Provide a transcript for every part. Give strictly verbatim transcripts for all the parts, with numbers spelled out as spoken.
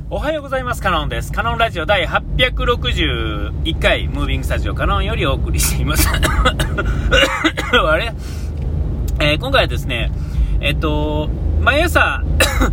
おはようございます。カノンです。カノンラジオ第はっぴゃくろくじゅういっかいムービングスタジオカノンよりお送りしていますあれ、えー、今回はですねえっと毎朝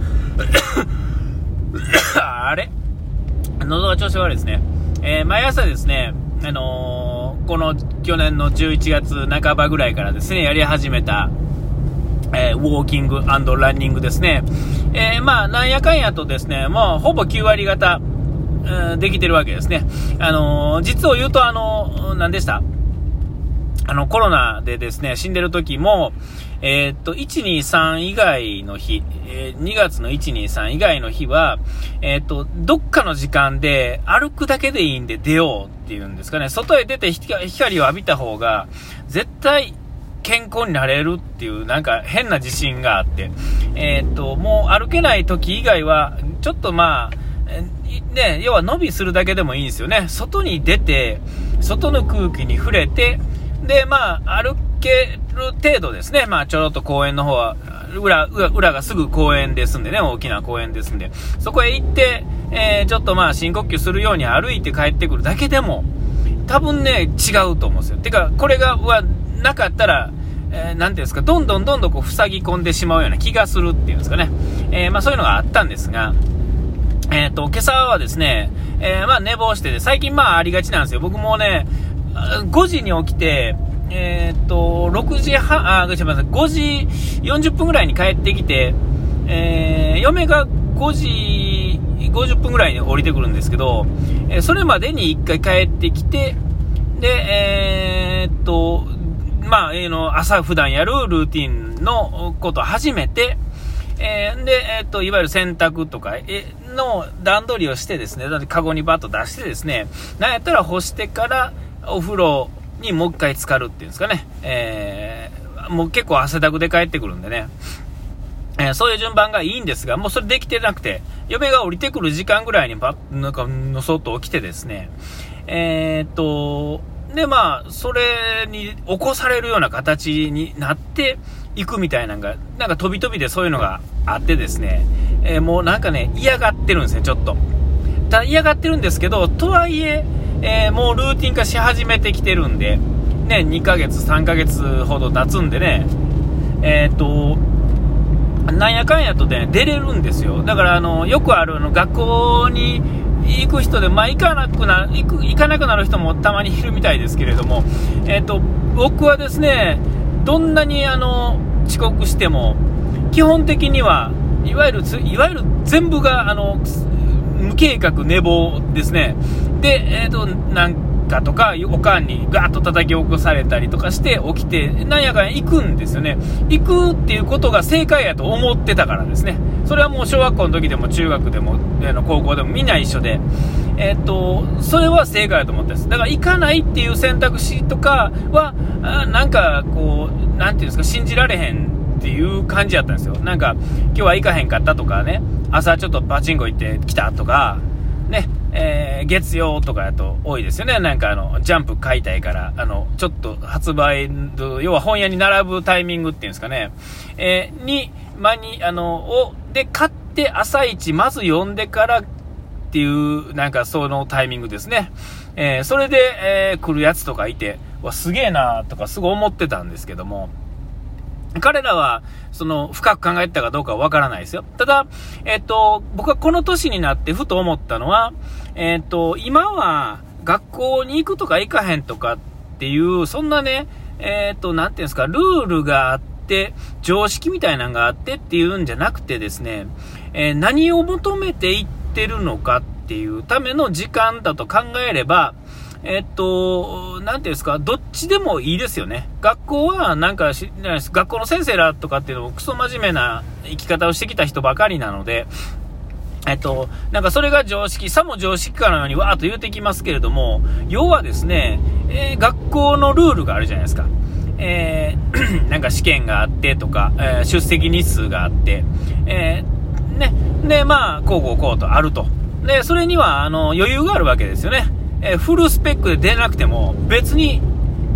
あれ喉が調子悪いですね、えー、毎朝ですねあのー、この去年のじゅういちがつなかばぐらいからですねやり始めたえー、ウォーキング&ランニングですね。えー、まあなんやかんやとですね、もうほぼきゅうわりがた、えー、できてるわけですね。あのー、実を言うとあの何でした？あのコロナでですね死んでる時もえー、っといち、に、さん以外の日、えー、にがつのいち、に、さん以外の日はえー、っとどっかの時間で歩くだけでいいんで出ようっていうんですかね。外へ出て光を浴びた方が絶対健康になれるっていうなんか変な自信があって、えー、っともう歩けない時以外はちょっとまあね、要は伸びするだけでもいいんですよね。外に出て外の空気に触れてでまあ歩ける程度ですね。まあちょろっと公園の方は裏裏がすぐ公園ですんでね、大きな公園ですんでそこへ行って、えー、ちょっとまあ深呼吸するように歩いて帰ってくるだけでも多分ね違うと思うんですよ。てかこれがはなかったらえー、なんていうんですか、どんどんどんどんこう塞ぎ込んでしまうような気がするっていうんですかね、えー、まあそういうのがあったんですが、えーと、今朝はですね、えー、まあ寝坊してて、最近まあありがちなんですよ。僕もね、ごじに起きて、えーと、ろくじはん、あ、ごめんなさい、ごじよんじゅっぷんぐらいに帰ってきて、えー、嫁がごじごじゅっぷんぐらいに降りてくるんですけど、えー、それまでにいっかい帰ってきて、で、えーと、まあ、えー、の朝普段やるルーティンのことを始めて、えー、で、えー、といわゆる洗濯とか、えー、の段取りをしてですね、だってカゴにバッと出してですね、なんやったら干してからお風呂にもう一回浸かるっていうんですかね、えー、もう結構汗だくで帰ってくるんでね、えー、そういう順番がいいんですが、もうそれできてなくて、嫁が降りてくる時間ぐらいにバッなんかのそっと起きてですね、えー、っとでまあそれに起こされるような形になっていくみたいなのがなんか飛び飛びでそういうのがあってですね、えー、もうなんかね嫌がってるんですね。ちょっとただ嫌がってるんですけど、とはいええー、もうルーティン化し始めてきてるんでね、にかげつさんかげつほど経つんでね、えー、っとなんやかんやとね出れるんですよ。だからあのよくあるあの学校に行く人で、まあ、行かなくな行く行かなくなる人もたまにいるみたいですけれども、えーと、僕はですねどんなにあの遅刻しても基本的にはいわゆるいわゆる全部があの無計画寝坊ですね。で、えーとなんかとかおかんにガーッと叩き起こされたりとかして起きてなんやかんや行くんですよね。行くっていうことが正解やと思ってたからですね。それはもう小学校の時でも中学でも高校でもみんな一緒で、えー、っとそれは正解だと思ってます。だから行かないっていう選択肢とかはあなんかこうなんていうんですか、信じられへんっていう感じだったんですよ。なんか今日は行かへんかったとかね、朝ちょっとパチンコ行ってきたとかね、えー、月曜とかやと多いですよね。なんかあのジャンプ買いたいからあのちょっと発売要は本屋に並ぶタイミングっていうんですかね、えー、に間にあのをで買って朝一まず読んでからっていうなんかそのタイミングですね。えー、それで、えー、来るやつとかいてわすげえなとかすごい思ってたんですけども、彼らはその深く考えてたかどうかはわからないですよ。ただ、えっと、僕はこの年になってふと思ったのは、えっと、今は学校に行くとか行かへんとかっていうそんなね、えっと、なんていうんですか、ルールがあって常識みたいなのがあってっていうんじゃなくてですね、えー、何を求めていってるのかっていうための時間だと考えれば、えっと、なんていうんですか、どっちでもいいですよね。学校はなんかし、学校の先生らとかっていうのもクソ真面目な生き方をしてきた人ばかりなので、えっと、なんかそれが常識、さも常識かのようにわーっと言うてきますけれども、要はですね、えー、学校のルールがあるじゃないですか。えー、なんか試験があってとか、えー、出席日数があって、えー、ね、で、まあ、こうこうこうとあると。で、それには、あの、余裕があるわけですよね。えー、フルスペックで出なくても別に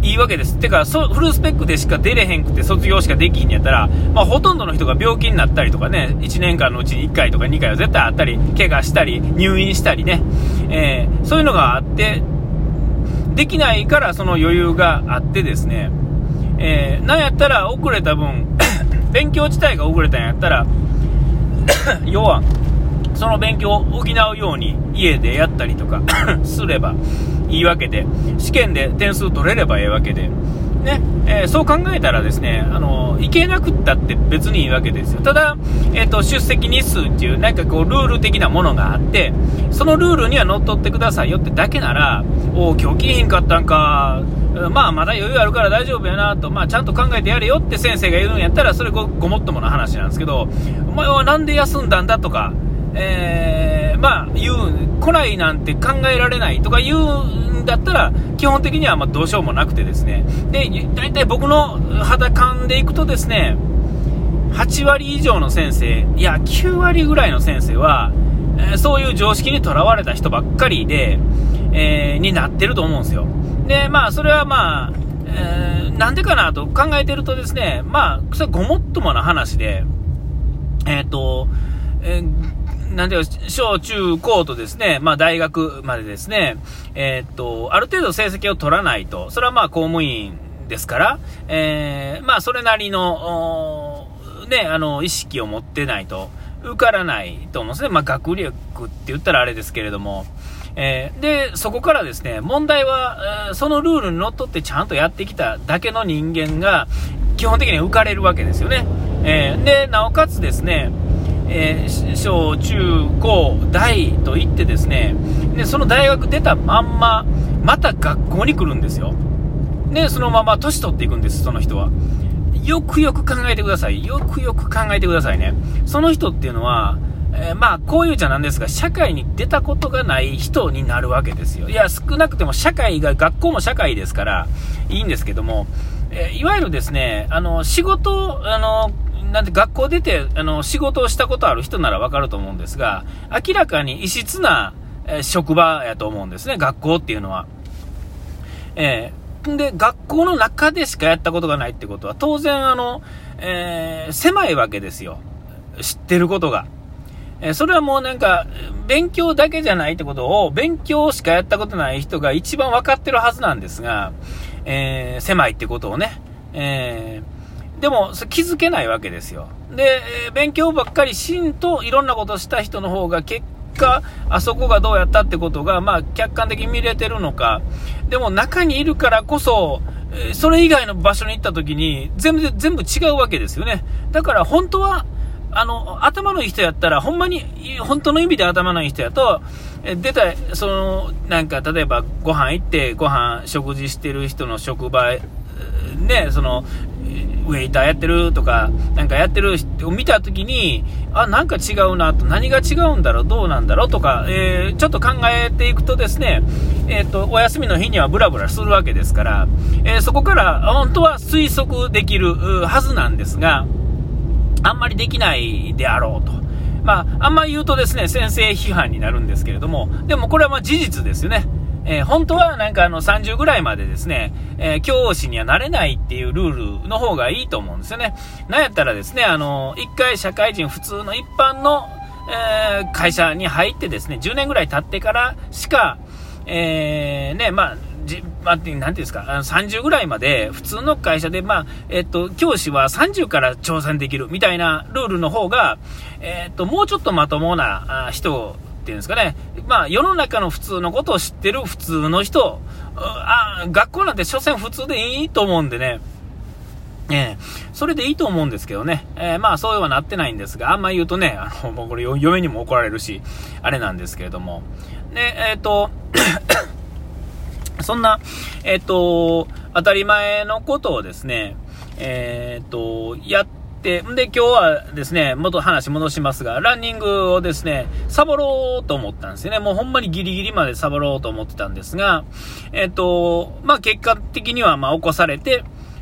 いいわけです。てか、フルスペックでしか出れへんくて卒業しかできひんやったら、まあ、ほとんどの人が病気になったりとかね、いちねんかんのうちにいっかいとかにかいは絶対あったり、怪我したり、入院したりね、えー、そういうのがあって、できないからその余裕があってですね、えー、なんやったら遅れた分、勉強自体が遅れたんやったら、要は、その勉強を補うように家でやったりとかすればいいわけで、試験で点数取れればいいわけで、ねえー、そう考えたらですね、あの行けなくったって別にいいわけですよ。ただ、えーと、出席日数っていうなんかこうルール的なものがあって、そのルールにはのっとってくださいよってだけなら、お今日来ひんかったんか、まあまだ余裕あるから大丈夫やなと、まあちゃんと考えてやれよって先生が言うんやったらそれ ご, ごもっともな話なんですけど、お前はなんで休んだんだとか、えー、まあ言う来ないなんて考えられないとか言うんだったら基本的にはまあどうしようもなくてですね、で大体僕の肌感でいくとですね、はちわり以上の先生、いやきゅうわりぐらいの先生は、えー、そういう常識にとらわれた人ばっかりで、えー、になってると思うんですよ。でまあそれはまあ、えー、なんでかなと考えてるとですね、まあそれごもっともな話で、えっと、えーなんていうか小中高とですね、まあ大学までですね、えー、っとある程度成績を取らないと、それはまあ公務員ですから、えー、まあそれなりのねあの意識を持ってないと受からないと思うんですね。まあ学力って言ったらあれですけれども、えー、でそこからですね、問題は、えー、そのルールにのっとってちゃんとやってきただけの人間が基本的に受かれるわけですよね。えー、でなおかつですね、えー、小中高大といってですね、でその大学出たまんままた学校に来るんですよ。でそのまま年取っていくんです。その人はよくよく考えてください。よくよく考えてくださいね。その人っていうのは、えー、まあこういうじゃなんですが、社会に出たことがない人になるわけですよ。いや少なくても社会が、学校も社会ですからいいんですけども、えー、いわゆるですね、あの仕事あのなんで学校出てあの仕事をしたことある人ならわかると思うんですが、明らかに異質な、えー、職場やと思うんですね、学校っていうのは。えー、で学校の中でしかやったことがないってことは当然あの、えー、狭いわけですよ、知ってることが。えー、それはもうなんか勉強だけじゃないってことを、勉強しかやったことない人が一番分かってるはずなんですが、えー、狭いってことをね、えーでも気づけないわけですよ。で勉強ばっかりしんといろんなことをした人の方が結果あそこがどうやったってことがまあ客観的に見れてるのか。でも中にいるからこそそれ以外の場所に行った時に全部全部違うわけですよね。だから本当はあの頭のいい人やったら、ほんまに本当の意味で頭のいい人やと、出たそのなんか例えばご飯行ってご飯食事してる人の職場ね、そのウェイターやってるとかなんかやってる人を見たときに、あなんか違うなと、何が違うんだろう、どうなんだろうとか、えー、ちょっと考えていくとですね、えー、とお休みの日にはブラブラするわけですから、えー、そこから本当は推測できるはずなんですが、あんまりできないであろうと。まああんまり言うとですね、先生批判になるんですけれども、でもこれはまあ事実ですよね。えー、本当はなんかあのさんじゅうぐらいまでですね、えー、教師にはなれないっていうルールの方がいいと思うんですよね。なんやったらですね、あの一回社会人普通の一般の、えー、会社に入ってですね、じゅうねんぐらい経ってからしか、えー、ね、まあじまあ、なんていうんですか、あのさんじゅうぐらいまで普通の会社で、まあえっと、教師はさんじゅうから挑戦できるみたいなルールの方が、えっと、もうちょっとまともなあ人っていうんですかね、まあ世の中の普通のことを知ってる普通の人、あ学校なんて所詮普通でいいと思うんでね、えー、それでいいと思うんですけどね、えー、まあそうはなってないんですが、あんま言うとね、あのもうこれ嫁にも怒られるしあれなんですけれども、でえっとそんなえっと当たり前のことをですね、えー、っとやってで、今日はですね、元話戻しますが、ランニングをですね、サボろうと思ったんですよね。もうほんまにギリギリまでサボろうと思ってたんですが、えっと、まあ結果的にはまあ起こされて、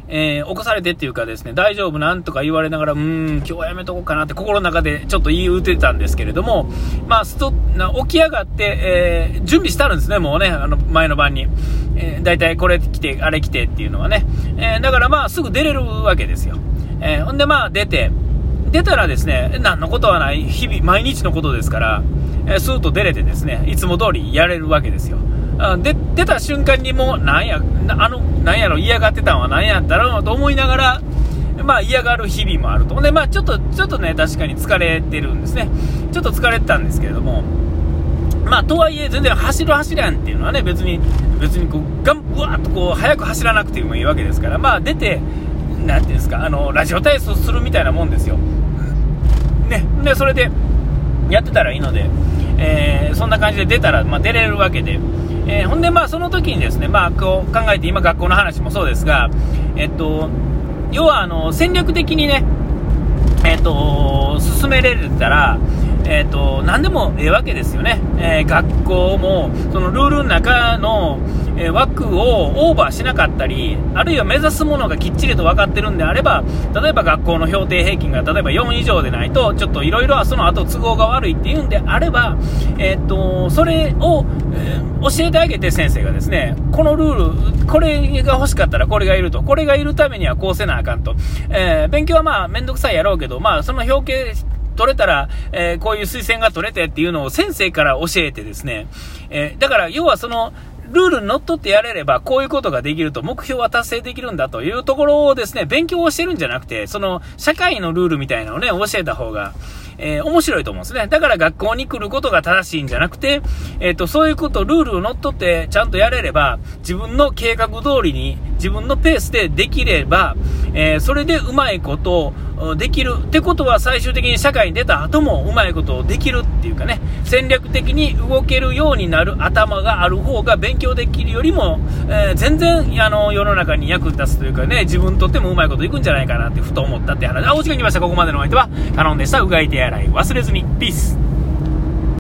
えー、起こされてっていうかですね、大丈夫なんとか言われながら、うーん、今日はやめとこうかなって心の中でちょっと言い打てたんですけれども、まあ、ストな起き上がって、えー、準備してあるんですね、もうね、あの、前の晩に。えー、だいたいこれ来て、あれ来てっていうのはね。えー、だからまあ、すぐ出れるわけですよ。えー、ほんでまあ、出て、出たらですね、何のことはない、日々、毎日のことですから、えー、スーッと出れてですね、いつも通りやれるわけですよ。で出た瞬間にもうなんやあのなんやろ嫌がってたのはなんやったろうと思いながら、まあ嫌がる日々もあると。でまあちょっとちょっとね確かに疲れてるんですね。ちょっと疲れてたんですけれども、まあとはいえ全然走る走らんっていうのはね別に別にこうガンうわーっとこう早く走らなくてもいいわけですから、まあ出てなんていうんですかあのラジオ体操するみたいなもんですよ。ねでそれでやってたらいいので、えー、そんな感じで出たらまあ出れるわけで。えー、ほんでまあその時にですね、まあこう考えて今学校の話もそうですが、えっと要はあの戦略的にね、えっと進められたら、えっと何でもええわけですよね。えー、学校もそのルールの中の、えー、枠をオーバーしなかったり、あるいは目指すものがきっちりと分かってるんであれば、例えば学校の評定平均が例えばよん以上でないとちょっといろいろその後都合が悪いっていうんであれば、えっとそれを、えー教えてあげて先生がですね、このルールこれが欲しかったらこれがいると、これがいるためにはこうせなあかんと、えー、勉強はまあめんどくさいやろうけど、まあその表計取れたら、えー、こういう推薦が取れてっていうのを先生から教えてですね、えー、だから要はそのルールにのっとってやれればこういうことができると、目標は達成できるんだというところをですね勉強をしてるんじゃなくて、その社会のルールみたいなのをね教えた方がえー、面白いと思うんですね。だから学校に来ることが正しいんじゃなくて、えっと、そういうこと、ルールを乗っ取ってちゃんとやれれば、自分の計画通りに、自分のペースでできれば、えー、それでうまいことをできる。ってことは最終的に社会に出た後もうまいことをできるっていうかね、戦略的に動けるようになる頭がある方が勉強できるよりも、えー、全然、あの、世の中に役立つというかね、自分にとってもうまいこといくんじゃないかなってふと思ったって話。あ、お時間来ました。ここまでのお相手は、カノンでした。うがい手洗い忘れずに。ピース。